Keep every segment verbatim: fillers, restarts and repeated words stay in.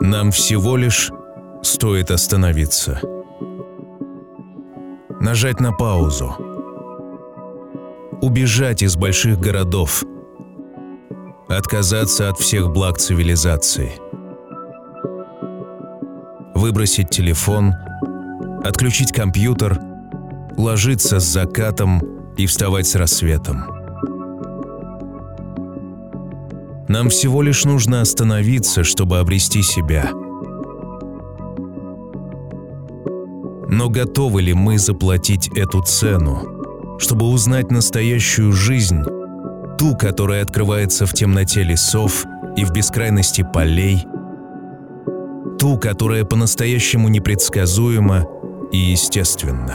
Нам всего лишь стоит остановиться. Нажать на паузу. Убежать из больших городов. Отказаться от всех благ цивилизации. Выбросить телефон, отключить компьютер, ложиться с закатом и вставать с рассветом. Нам всего лишь нужно остановиться, чтобы обрести себя. Но готовы ли мы заплатить эту цену, чтобы узнать настоящую жизнь, ту, которая открывается в темноте лесов и в бескрайности полей, ту, которая по-настоящему непредсказуема и естественна?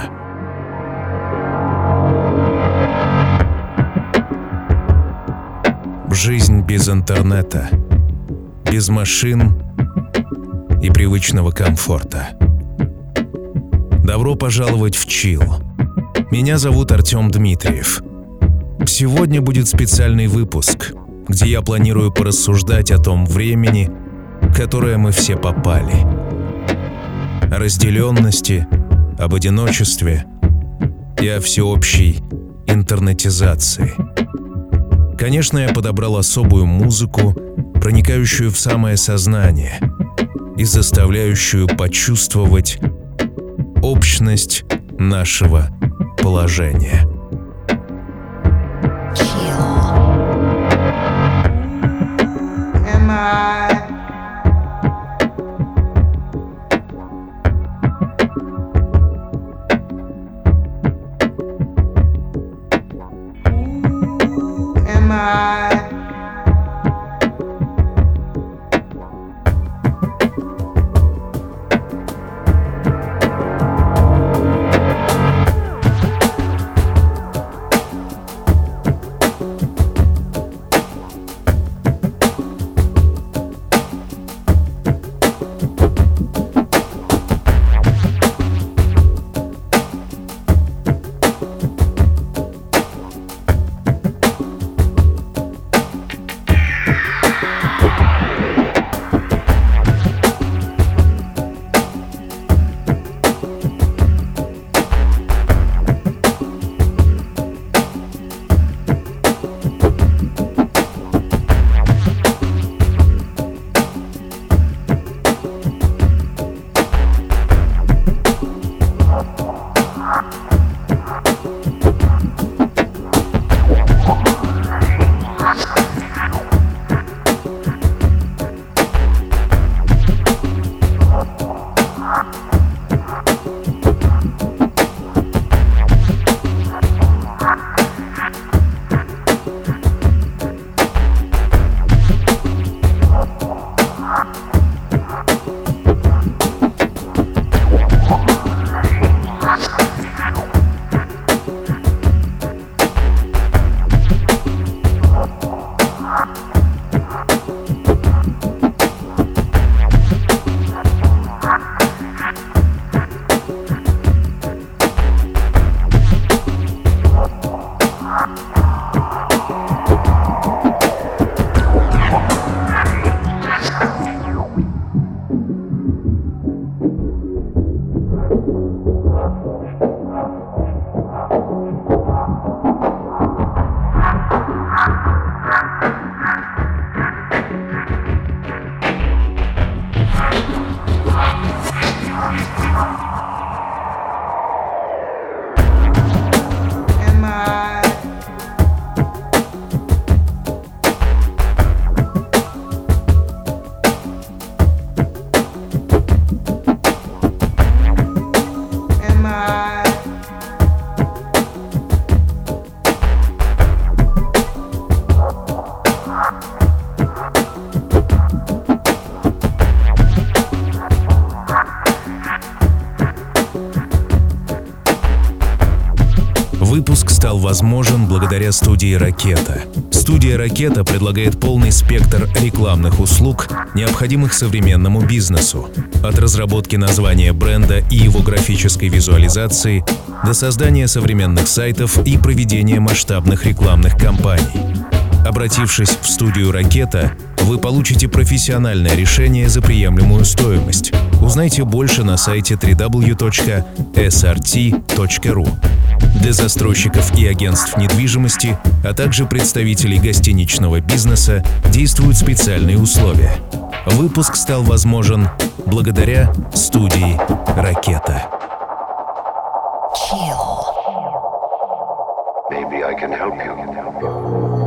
Жизнь без интернета, без машин и привычного комфорта. Добро пожаловать в Чил. Меня зовут Артем Дмитриев. Сегодня будет специальный выпуск, где я планирую порассуждать о том времени, в которое мы все попали. О разделенности, об одиночестве и о всеобщей интернетизации. Конечно, я подобрал особую музыку, проникающую в самое сознание и заставляющую почувствовать общность нашего положения. Выпуск стал возможен благодаря студии «Ракета». Студия «Ракета» предлагает полный спектр рекламных услуг, необходимых современному бизнесу. От разработки названия бренда и его графической визуализации до создания современных сайтов и проведения масштабных рекламных кампаний. Обратившись в студию «Ракета», вы получите профессиональное решение за приемлемую стоимость. Узнайте больше на сайте дабл ю дабл ю дабл ю точка эс ар ти точка ру. Для застройщиков и агентств недвижимости, а также представителей гостиничного бизнеса действуют специальные условия. Выпуск стал возможен благодаря студии «Ракета». Maybe I can help you.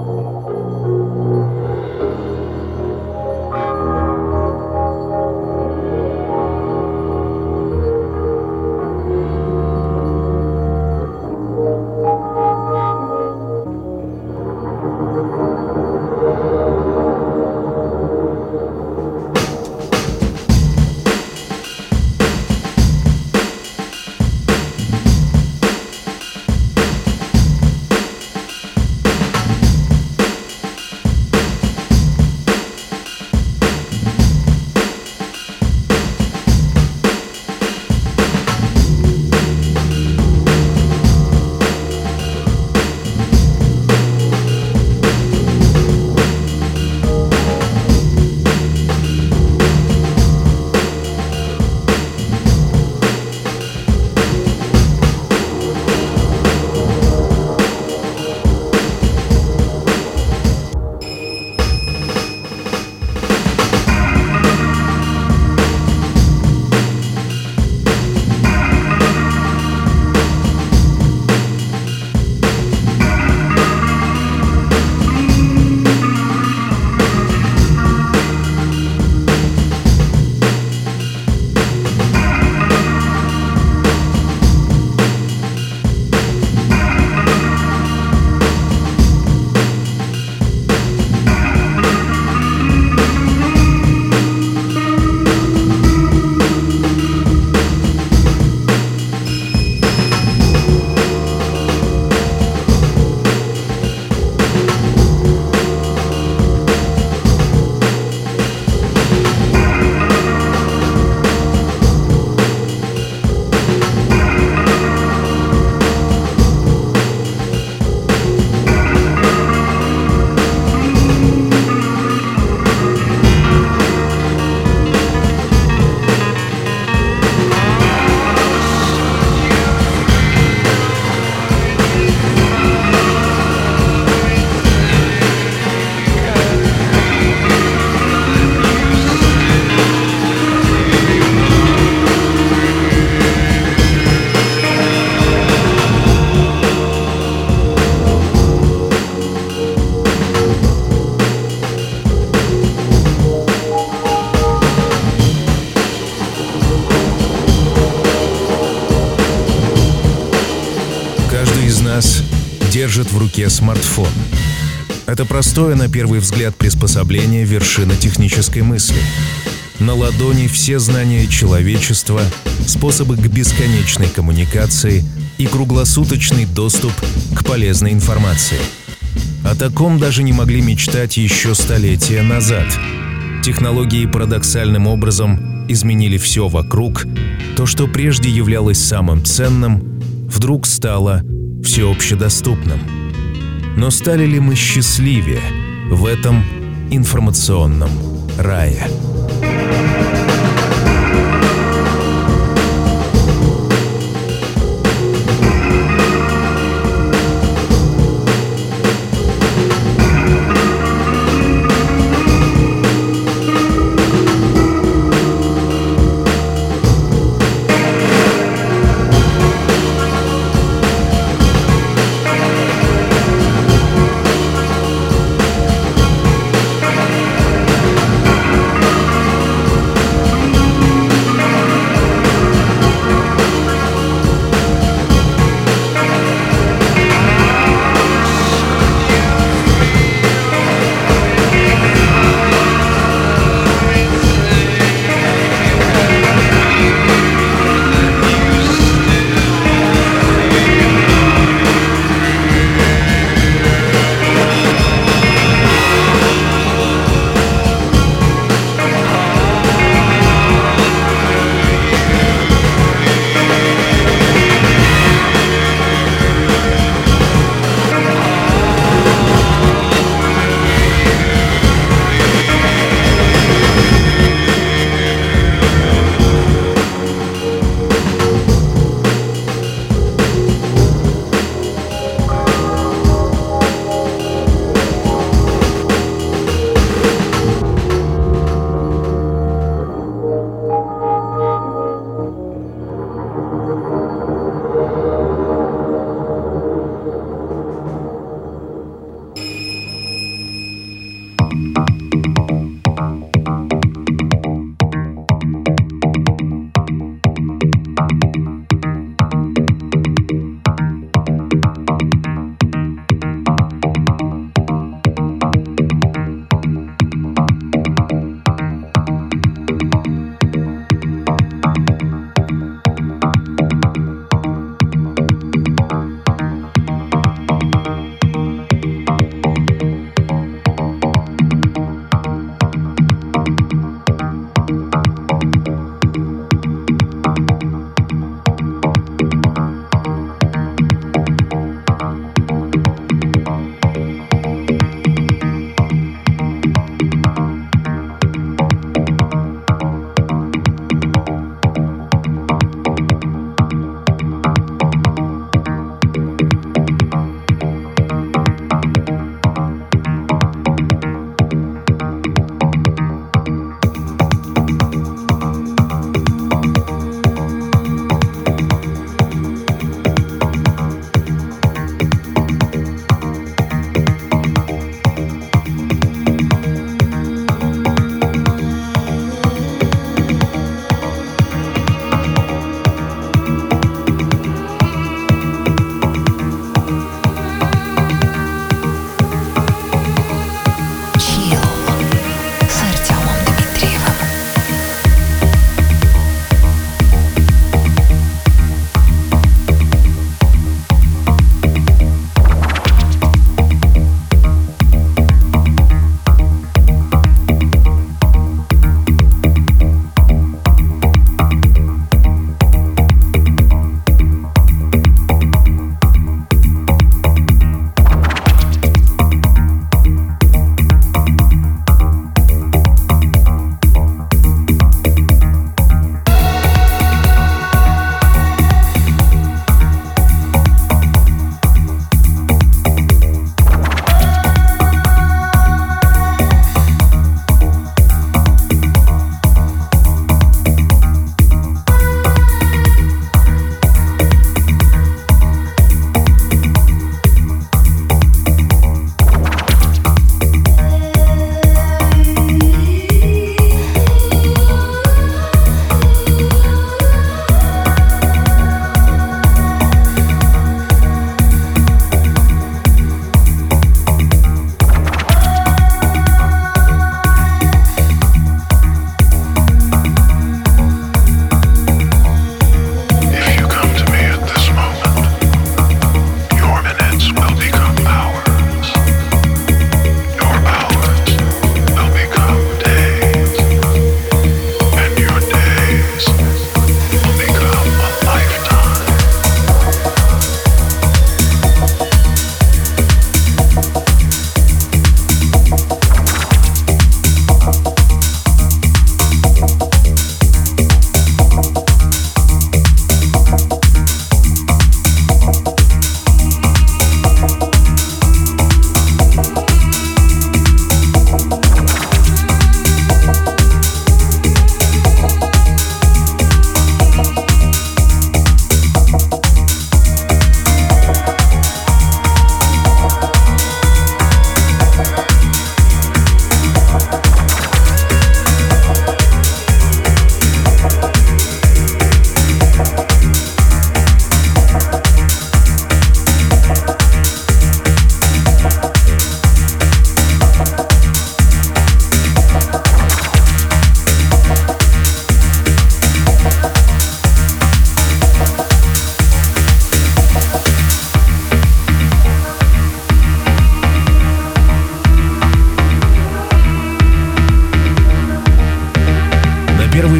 держит в руке смартфон. Это простое, на первый взгляд, приспособление — вершина технической мысли. На ладони все знания человечества, способы к бесконечной коммуникации и круглосуточный доступ к полезной информации. О таком даже не могли мечтать еще столетия назад. Технологии парадоксальным образом изменили все вокруг. То, что прежде являлось самым ценным, вдруг стало всеобщедоступным. Но стали ли мы счастливее в этом информационном рае?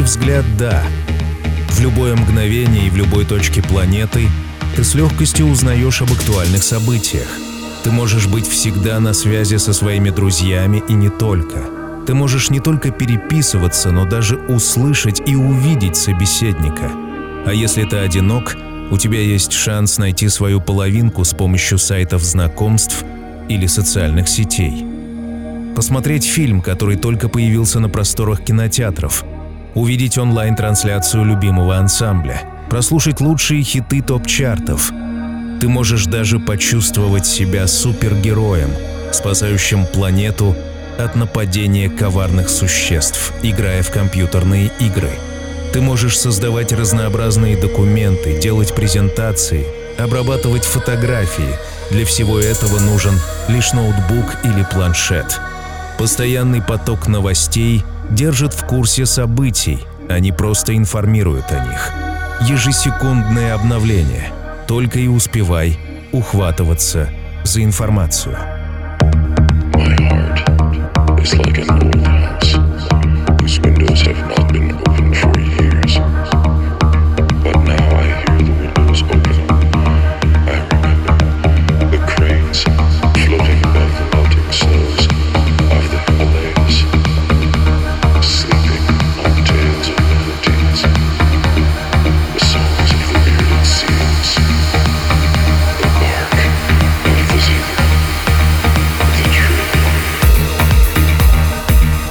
взгляд, да. В любое мгновение и в любой точке планеты ты с легкостью узнаешь об актуальных событиях. Ты можешь быть всегда на связи со своими друзьями и не только. Ты можешь не только переписываться, но даже услышать и увидеть собеседника. А если ты одинок, у тебя есть шанс найти свою половинку с помощью сайтов знакомств или социальных сетей. Посмотреть фильм, который только появился на просторах кинотеатров, увидеть онлайн-трансляцию любимого ансамбля, прослушать лучшие хиты топ-чартов. Ты можешь даже почувствовать себя супергероем, спасающим планету от нападения коварных существ, играя в компьютерные игры. Ты можешь создавать разнообразные документы, делать презентации, обрабатывать фотографии. Для всего этого нужен лишь ноутбук или планшет. Постоянный поток новостей держит в курсе событий, они просто информируют о них. Ежесекундное обновление. Только и успевай ухватываться за информацию. My heart is like an old house whose windows have not been opened for years. But now I hear the windows open. I remember the cranes floating above the melting snows of the Himalayas, sleeping on tales of melodies, the songs of the bearded seals, the bark of the zebra, the tree.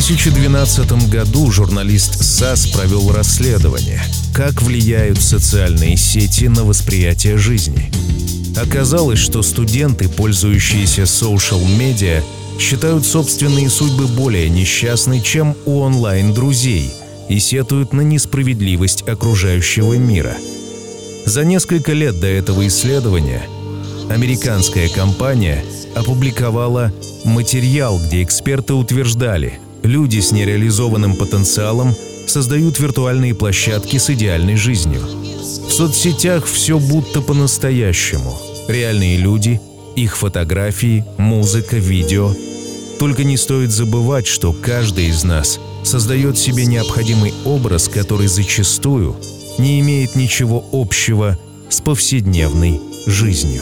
тысяча двенадцатом году журналист САС провел расследование, как влияют социальные сети на восприятие жизни. Оказалось, что студенты, пользующиеся социал-медиа, считают собственные судьбы более несчастной, чем у онлайн-друзей, и сетуют на несправедливость окружающего мира. За несколько лет до этого исследования американская компания опубликовала материал, где эксперты утверждали, люди с нереализованным потенциалом создают виртуальные площадки с идеальной жизнью. В соцсетях все будто по-настоящему. Реальные люди, их фотографии, музыка, видео. Только не стоит забывать, что каждый из нас создает себе необходимый образ, который зачастую не имеет ничего общего с повседневной жизнью.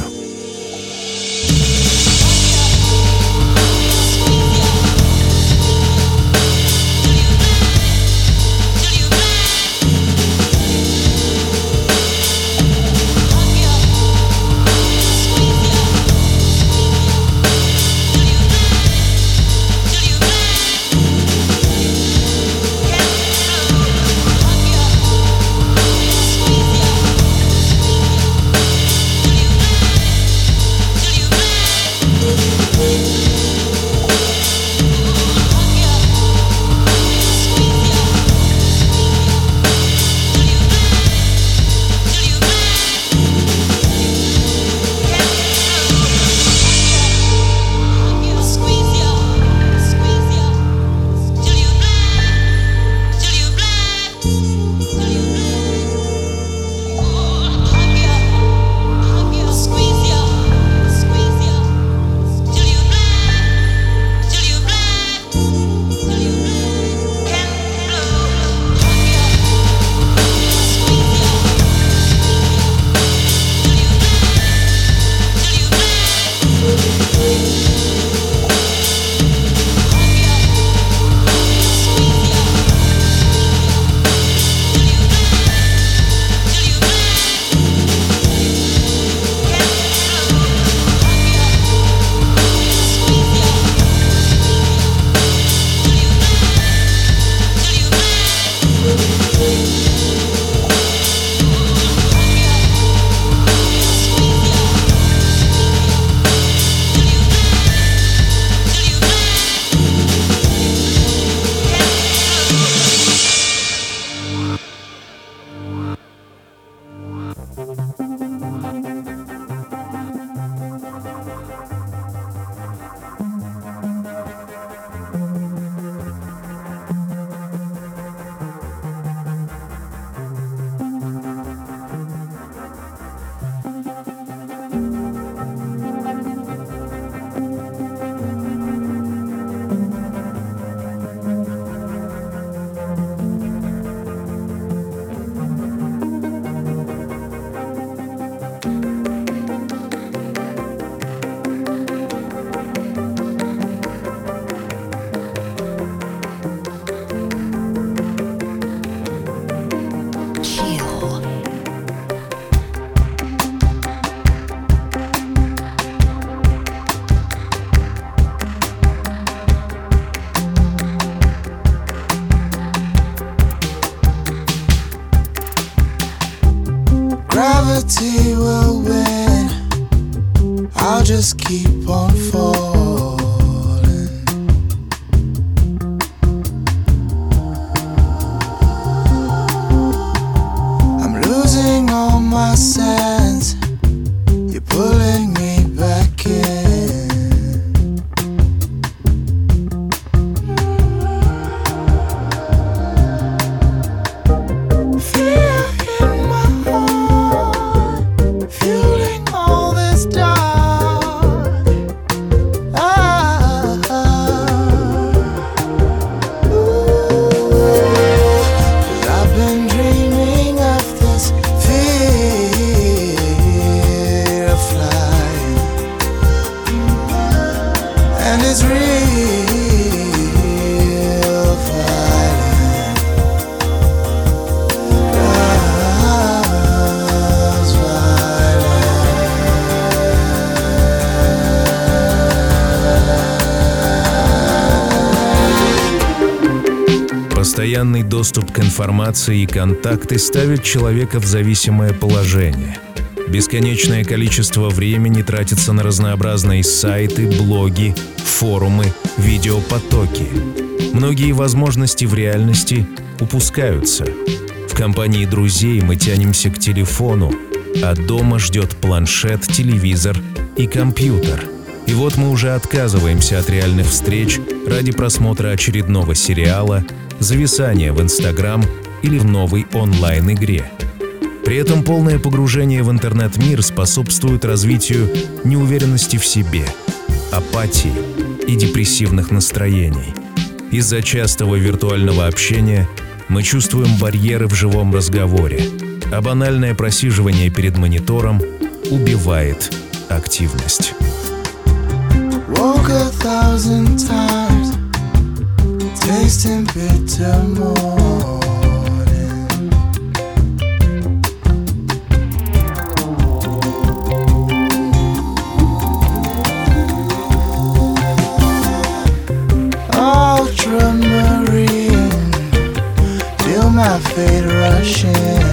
Gravity will win. I'll just keep on falling. I'm losing all my sense. You're pulling me back in. Fear in my heart, fueling all this dark. I Постоянный доступ к информации и контакты ставят человека в зависимое положение. Бесконечное количество времени тратится на разнообразные сайты, блоги, форумы, видеопотоки. Многие возможности в реальности упускаются. В компании друзей мы тянемся к телефону, а дома ждет планшет, телевизор и компьютер. И вот мы уже отказываемся от реальных встреч ради просмотра очередного сериала, зависания в Инстаграм или в новой онлайн-игре. При этом полное погружение в интернет-мир способствует развитию неуверенности в себе, апатии и депрессивных настроений. Из-за частого виртуального общения мы чувствуем барьеры в живом разговоре, а банальное просиживание перед монитором убивает активность. Woke a thousand times, tasting bitter morning. Ultramarine, feel my fate rushing.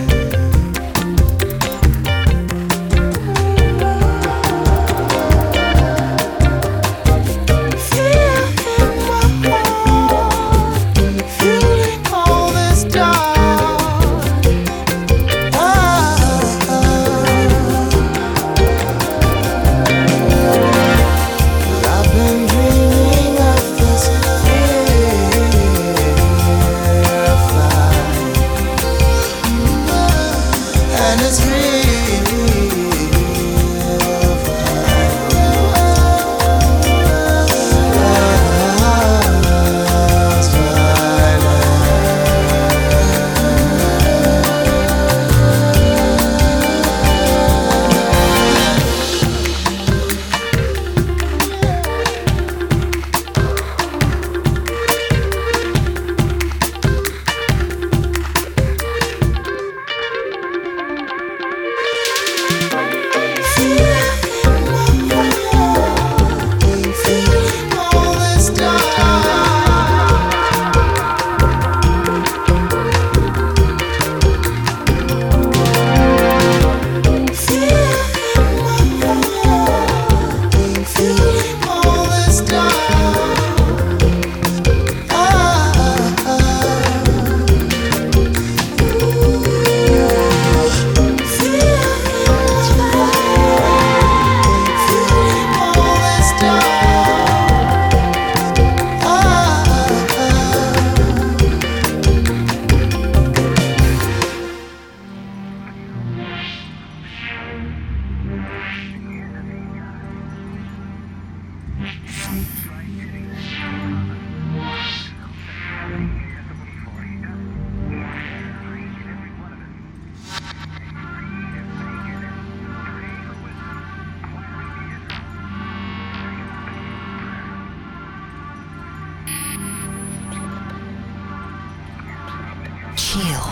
Chill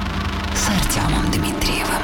с Артемом Дмитриевым.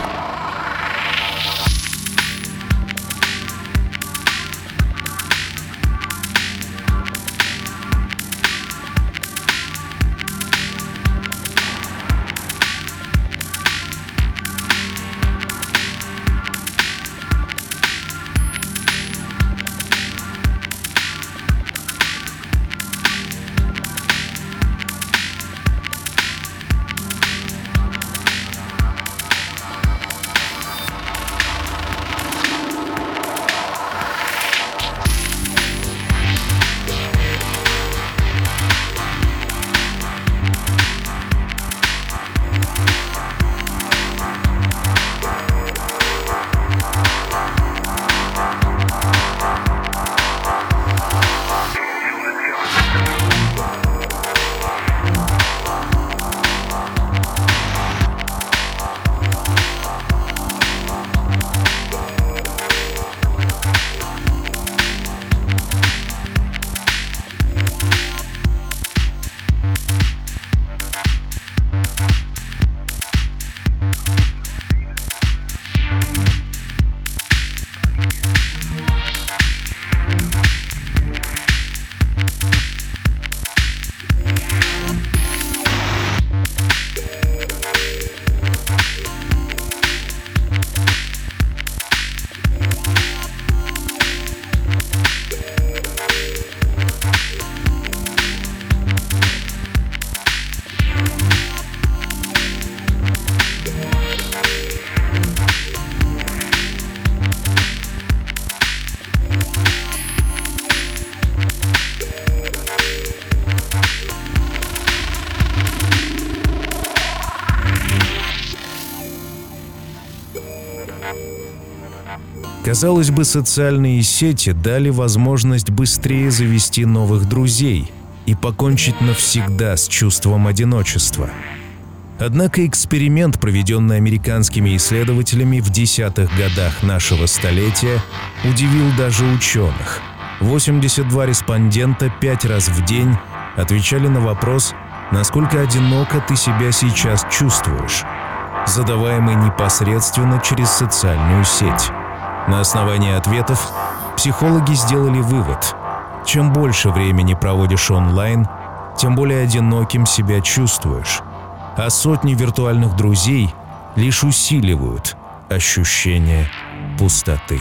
Казалось бы, социальные сети дали возможность быстрее завести новых друзей и покончить навсегда с чувством одиночества. Однако эксперимент, проведенный американскими исследователями в десятых годах нашего столетия, удивил даже ученых. восемьдесят два респондента пять раз в день отвечали на вопрос, насколько одиноко ты себя сейчас чувствуешь, задаваемый непосредственно через социальную сеть. На основании ответов психологи сделали вывод: чем больше времени проводишь онлайн, тем более одиноким себя чувствуешь, а сотни виртуальных друзей лишь усиливают ощущение пустоты.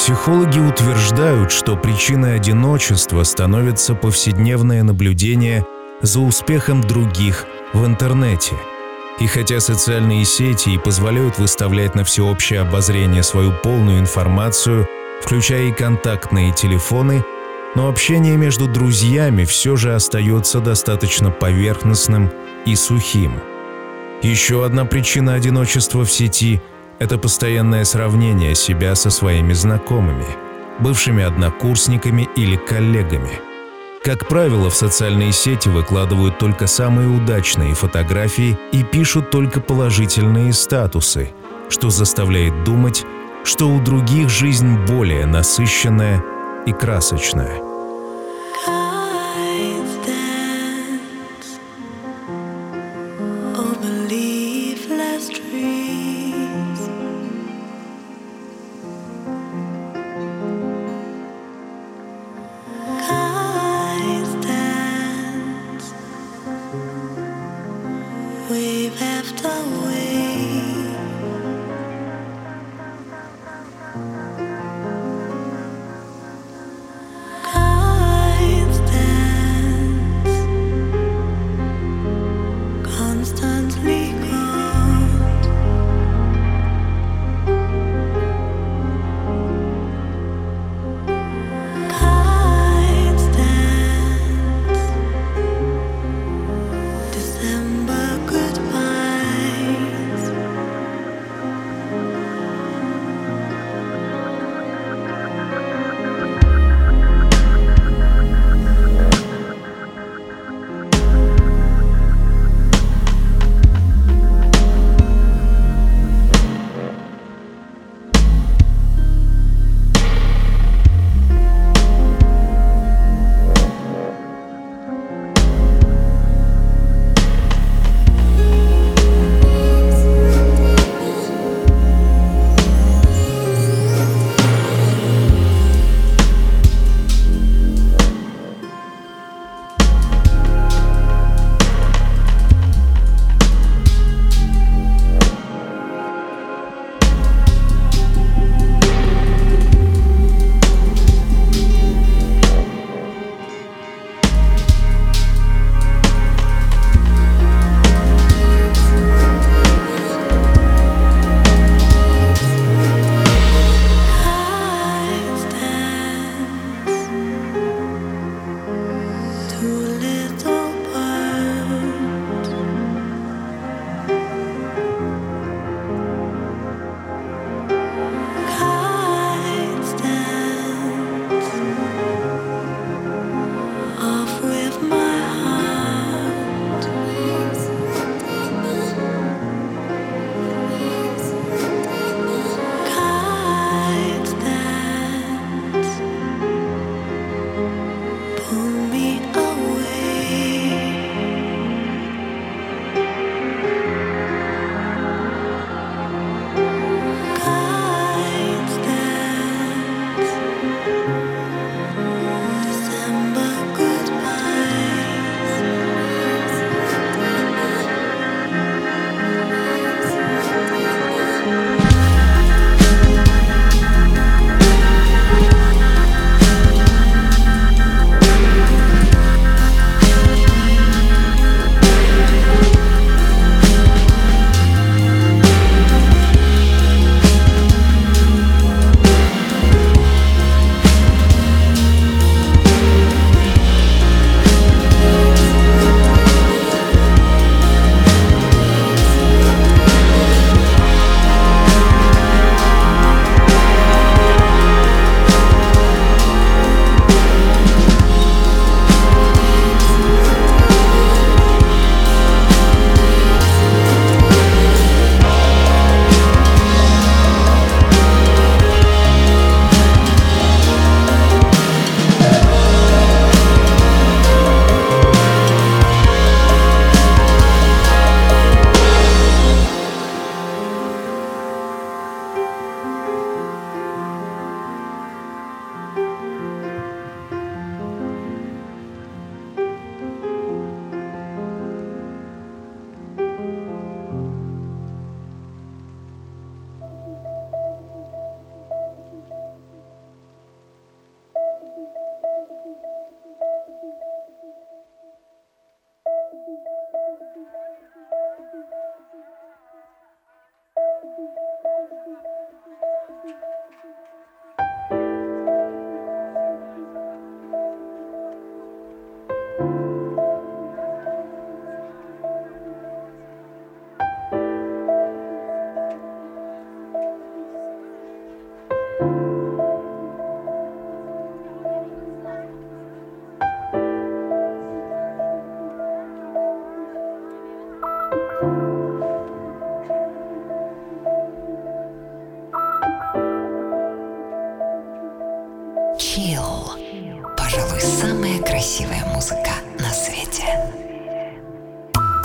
Психологи утверждают, что причиной одиночества становится повседневное наблюдение за успехом других в интернете. И хотя социальные сети и позволяют выставлять на всеобщее обозрение свою полную информацию, включая и контактные телефоны, но общение между друзьями все же остается достаточно поверхностным и сухим. Еще одна причина одиночества в сети – это постоянное сравнение себя со своими знакомыми, бывшими однокурсниками или коллегами. Как правило, в социальные сети выкладывают только самые удачные фотографии и пишут только положительные статусы, что заставляет думать, что у других жизнь более насыщенная и красочная. December goodbye.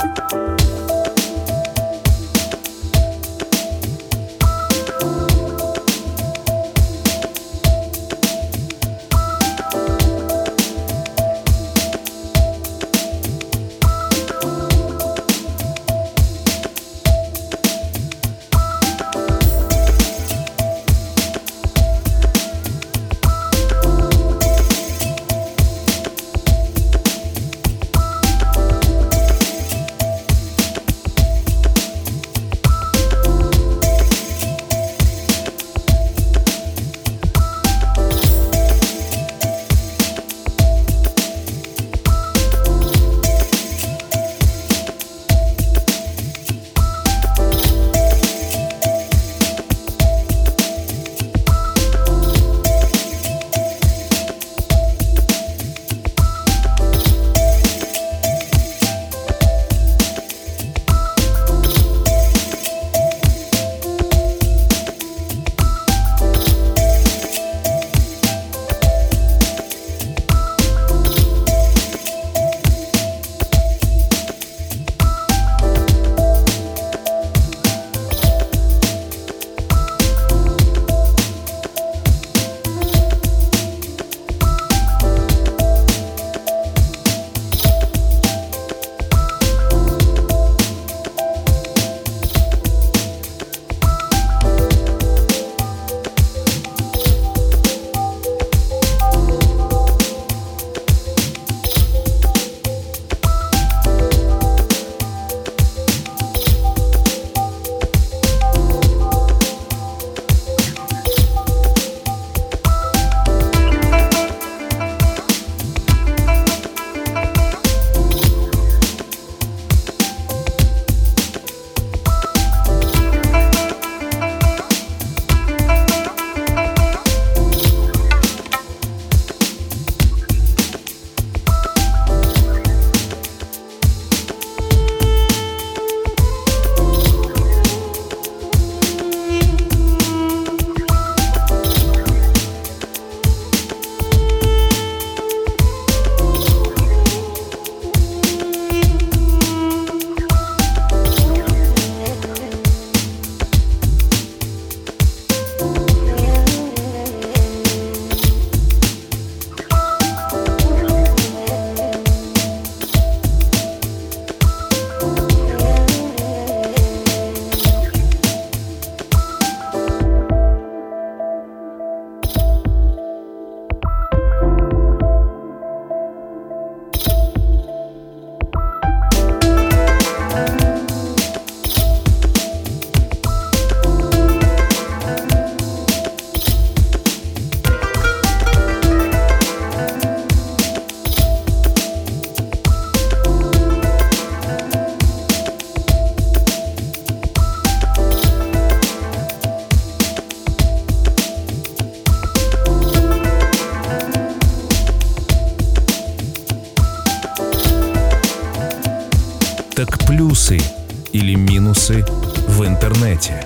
Так плюсы или минусы в интернете?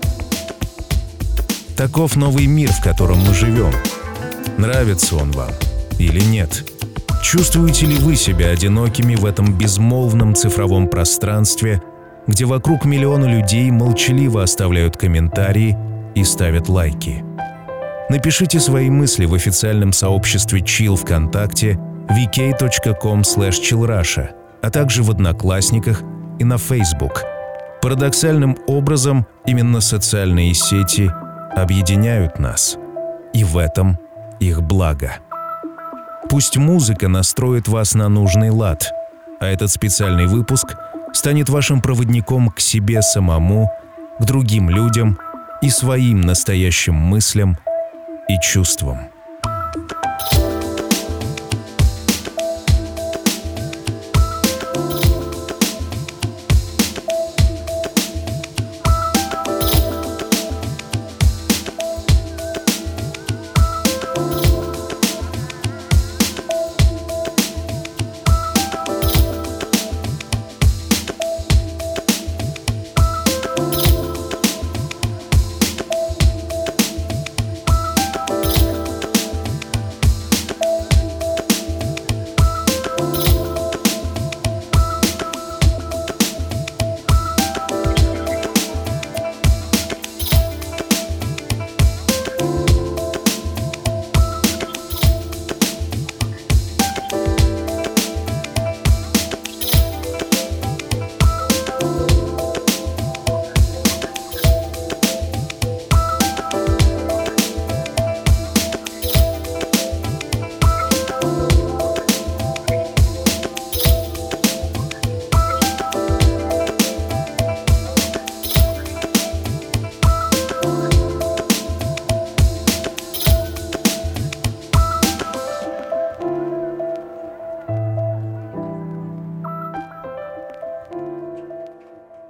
Таков новый мир, в котором мы живем. Нравится он вам или нет? Чувствуете ли вы себя одинокими в этом безмолвном цифровом пространстве, где вокруг миллионы людей молчаливо оставляют комментарии и ставят лайки? Напишите свои мысли в официальном сообществе Chill ВКонтакте ви кей точка ком слэш чилл раша, а также в Одноклассниках и на Facebook. Парадоксальным образом именно социальные сети объединяют нас, и в этом их благо. Пусть музыка настроит вас на нужный лад, а этот специальный выпуск станет вашим проводником к себе самому, к другим людям и своим настоящим мыслям и чувствам.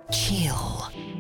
Chill.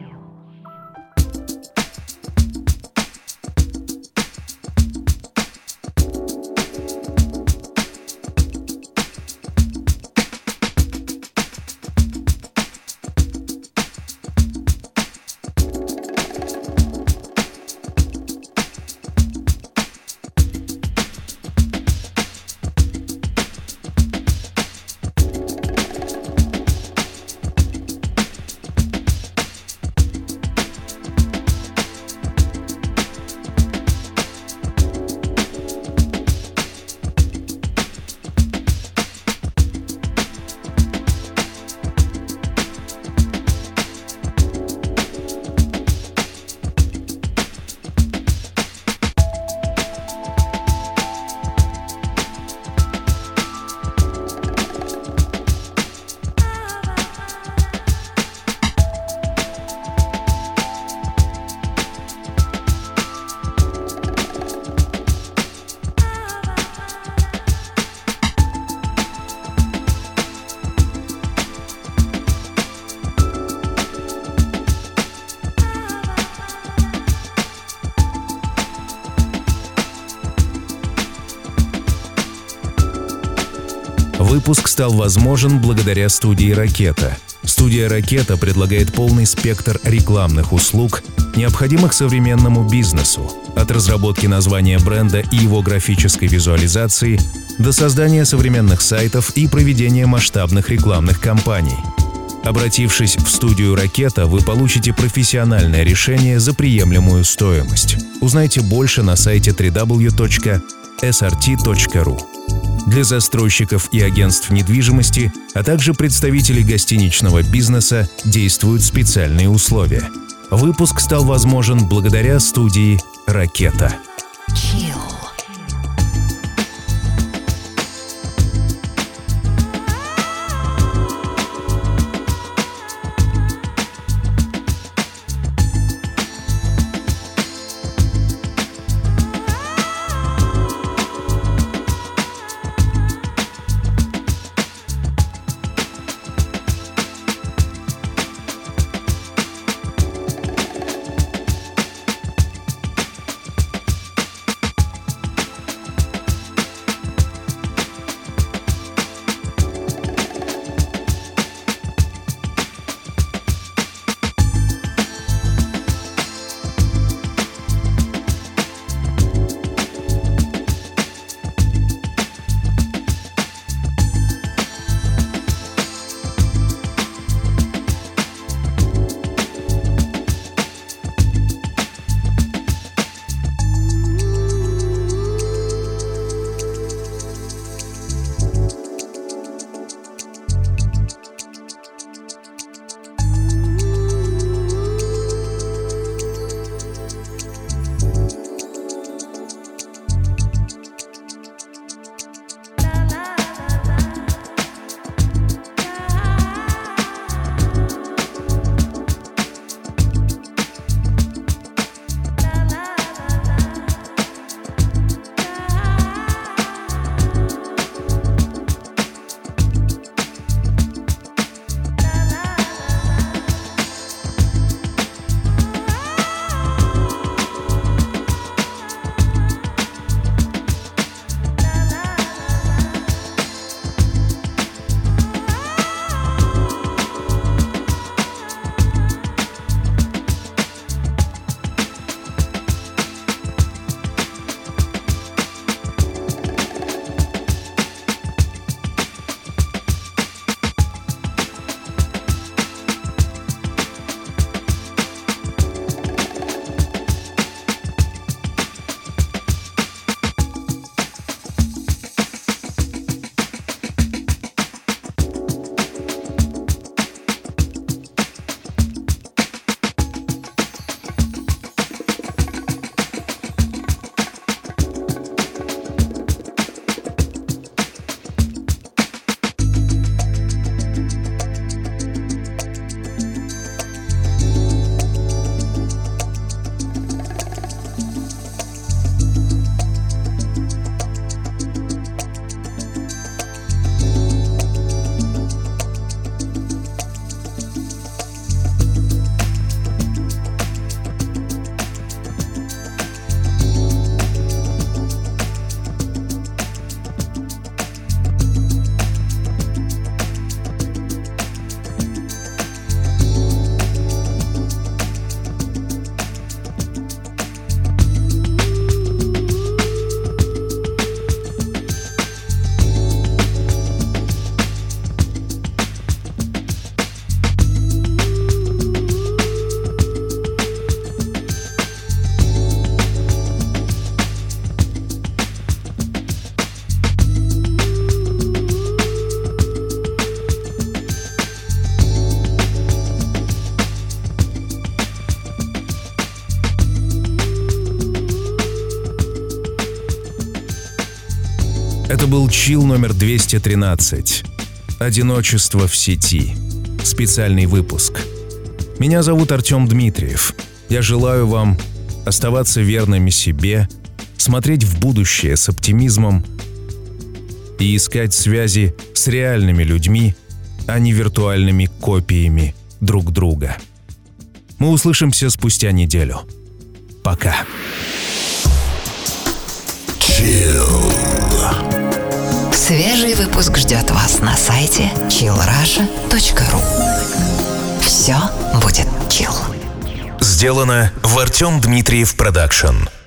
Выпуск стал возможен благодаря студии «Ракета». Студия «Ракета» предлагает полный спектр рекламных услуг, необходимых современному бизнесу, от разработки названия бренда и его графической визуализации до создания современных сайтов и проведения масштабных рекламных кампаний. Обратившись в студию «Ракета», вы получите профессиональное решение за приемлемую стоимость. Узнайте больше на сайте дабл ю дабл ю дабл ю точка эс ар ти точка ру. Для застройщиков и агентств недвижимости, а также представителей гостиничного бизнеса действуют специальные условия. Выпуск стал возможен благодаря студии «Ракета». Chill. Это был Chill номер двести тринадцать. «Одиночество в сети». Специальный выпуск. Меня зовут Артем Дмитриев. Я желаю вам оставаться верными себе, смотреть в будущее с оптимизмом и искать связи с реальными людьми, а не виртуальными копиями друг друга. Мы услышимся спустя неделю. Пока. Chill. Свежий выпуск ждет вас на сайте чилл раша точка ру. Все будет чилл. Сделано в Артем Дмитриев Продакшн.